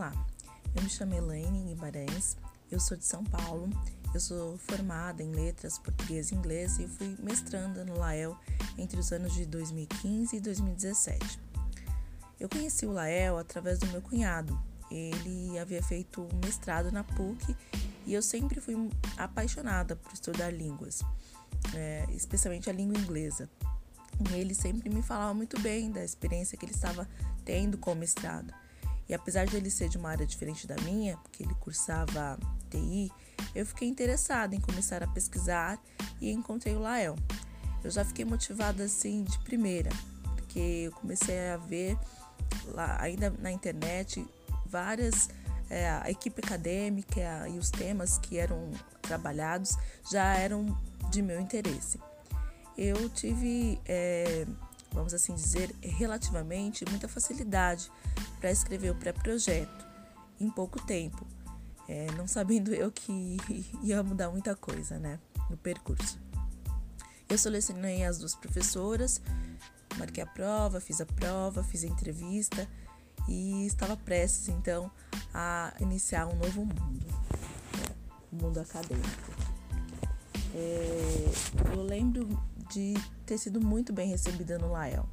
Olá, eu me chamo Elaine Guimarães, eu sou de São Paulo, eu sou formada em letras português e inglês e fui mestranda no Lael entre os anos de 2015 e 2017. Eu conheci o Lael através do meu cunhado. Ele havia feito um mestrado na PUC e eu sempre fui apaixonada por estudar línguas, especialmente a língua inglesa. E ele sempre me falava muito bem da experiência que ele estava tendo com o mestrado. E apesar de ele ser de uma área diferente da minha, porque ele cursava TI, eu fiquei interessada em começar a pesquisar e encontrei o Lael. Eu já fiquei motivada assim de primeira, porque eu comecei a ver lá, ainda na internet, a equipe acadêmica e os temas que eram trabalhados já eram de meu interesse. Eu tive, vamos assim dizer, relativamente muita facilidade para escrever o pré-projeto em pouco tempo, não sabendo eu que ia mudar muita coisa, no percurso. Eu selecionei as duas professoras, marquei a prova, fiz a entrevista e estava prestes, então, a iniciar um novo mundo, o mundo acadêmico. Eu lembro de ter sido muito bem recebida no Lael.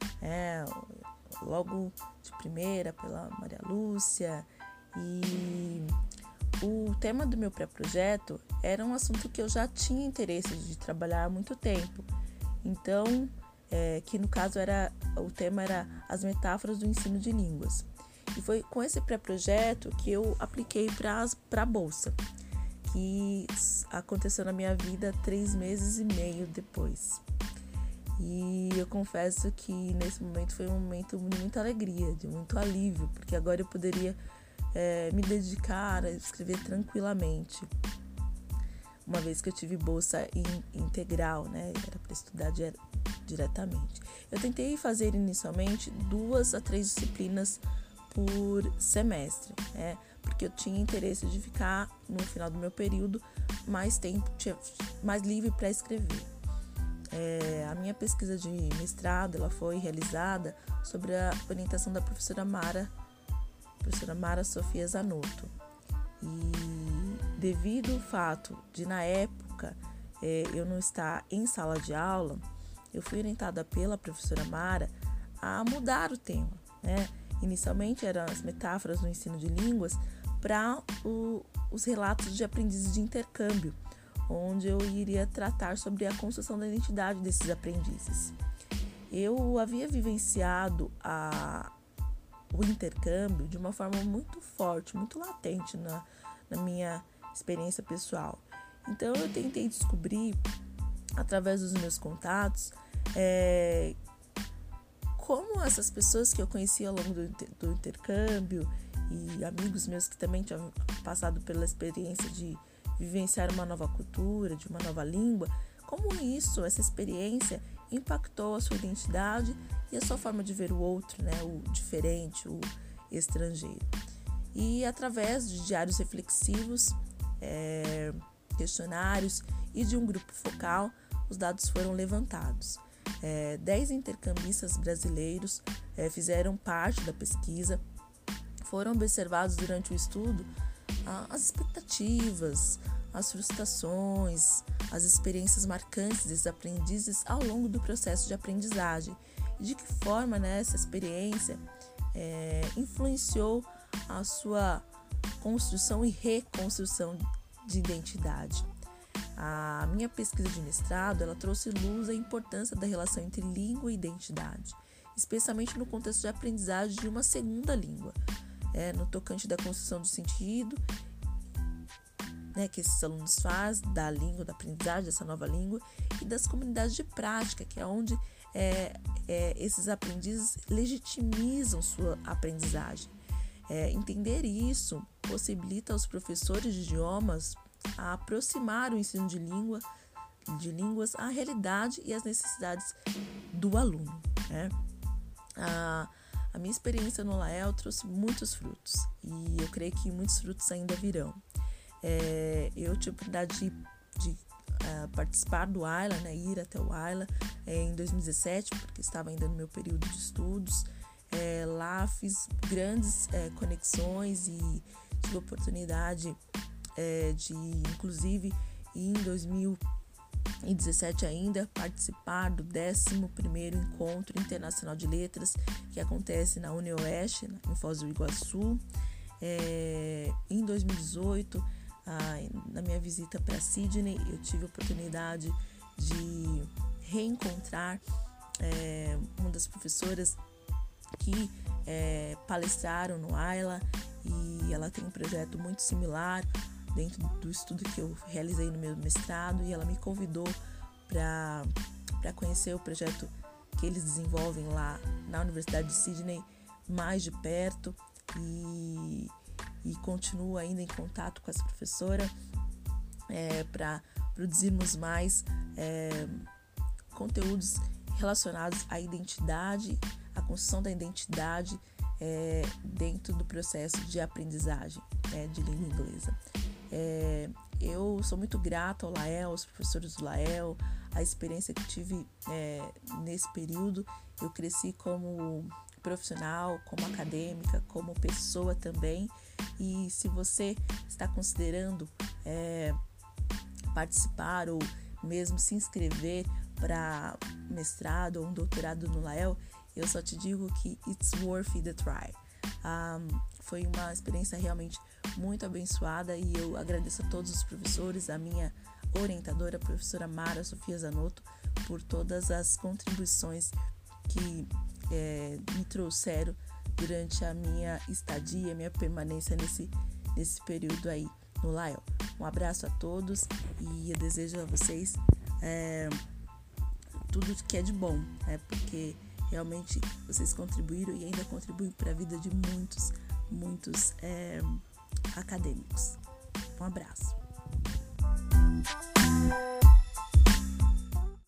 Logo de primeira pela Maria Lúcia, e o tema do meu pré-projeto era um assunto que eu já tinha interesse de trabalhar há muito tempo. Então, que no caso o tema era as metáforas do ensino de línguas. E foi com esse pré-projeto que eu apliquei para a bolsa, que aconteceu na minha vida 3 meses e meio depois. E eu confesso que nesse momento foi um momento de muita alegria, de muito alívio, porque agora eu poderia me dedicar a escrever tranquilamente, uma vez que eu tive bolsa integral, era para estudar diretamente. Eu tentei fazer inicialmente 2 a 3 disciplinas por semestre, porque eu tinha interesse de ficar no final do meu período mais tempo, mais livre para escrever. A minha pesquisa de mestrado ela foi realizada sobre a orientação da professora Mara Sofia Zanotto. E devido ao fato de, na época, eu não estar em sala de aula, eu fui orientada pela professora Mara a mudar o tema. Inicialmente eram as metáforas no ensino de línguas para os relatos de aprendizes de intercâmbio, onde eu iria tratar sobre a construção da identidade desses aprendizes. Eu havia vivenciado o intercâmbio de uma forma muito forte, muito latente na minha experiência pessoal. Então eu tentei descobrir, através dos meus contatos, como essas pessoas que eu conhecia ao longo do intercâmbio e amigos meus que também tinham passado pela experiência de vivenciar uma nova cultura, de uma nova língua, como essa experiência impactou a sua identidade e a sua forma de ver o outro, o diferente, o estrangeiro. E através de diários reflexivos, questionários e de um grupo focal, os dados foram levantados. 10 intercambistas brasileiros fizeram parte da pesquisa. Foram observados durante o estudo as expectativas, as frustrações, as experiências marcantes desses aprendizes ao longo do processo de aprendizagem e de que forma essa experiência influenciou a sua construção e reconstrução de identidade. A minha pesquisa de mestrado ela trouxe luz à importância da relação entre língua e identidade, especialmente no contexto de aprendizagem de uma segunda língua, no tocante da construção do sentido, que esses alunos fazem da língua, da aprendizagem dessa nova língua, e das comunidades de prática, que é onde esses aprendizes legitimizam sua aprendizagem. Entender isso possibilita aos professores de idiomas a aproximar o ensino de línguas à realidade e às necessidades do aluno. A minha experiência no Lael trouxe muitos frutos e eu creio que muitos frutos ainda virão. Eu tive a oportunidade de participar do AILA, ir até o AILA em 2017, porque estava ainda no meu período de estudos. Lá fiz grandes conexões e tive a oportunidade de, inclusive, em 2017 ainda, participar do 11º Encontro Internacional de Letras, que acontece na UniOeste, em Foz do Iguaçu. Em 2018, na minha visita para Sydney, eu tive a oportunidade de reencontrar uma das professoras que palestraram no AILA, e ela tem um projeto muito similar dentro do estudo que eu realizei no meu mestrado, e ela me convidou para conhecer o projeto que eles desenvolvem lá na Universidade de Sydney mais de perto, e continuo ainda em contato com essa professora para produzirmos mais conteúdos relacionados à identidade, à construção da identidade dentro do processo de aprendizagem de língua inglesa. Eu sou muito grata ao Lael, aos professores do Lael, a experiência que tive nesse período. Eu cresci como profissional, como acadêmica, como pessoa também. E se você está considerando participar ou mesmo se inscrever para mestrado ou um doutorado no Lael, eu só te digo que it's worth the try. Foi uma experiência realmente muito abençoada, e eu agradeço a todos os professores, a minha orientadora, a professora Mara Sofia Zanotto, por todas as contribuições que me trouxeram durante a minha estadia, a minha permanência nesse período aí no Lael. Um abraço a todos, e eu desejo a vocês tudo que é de bom, porque realmente vocês contribuíram e ainda contribuem para a vida de muitos acadêmicos. Um abraço.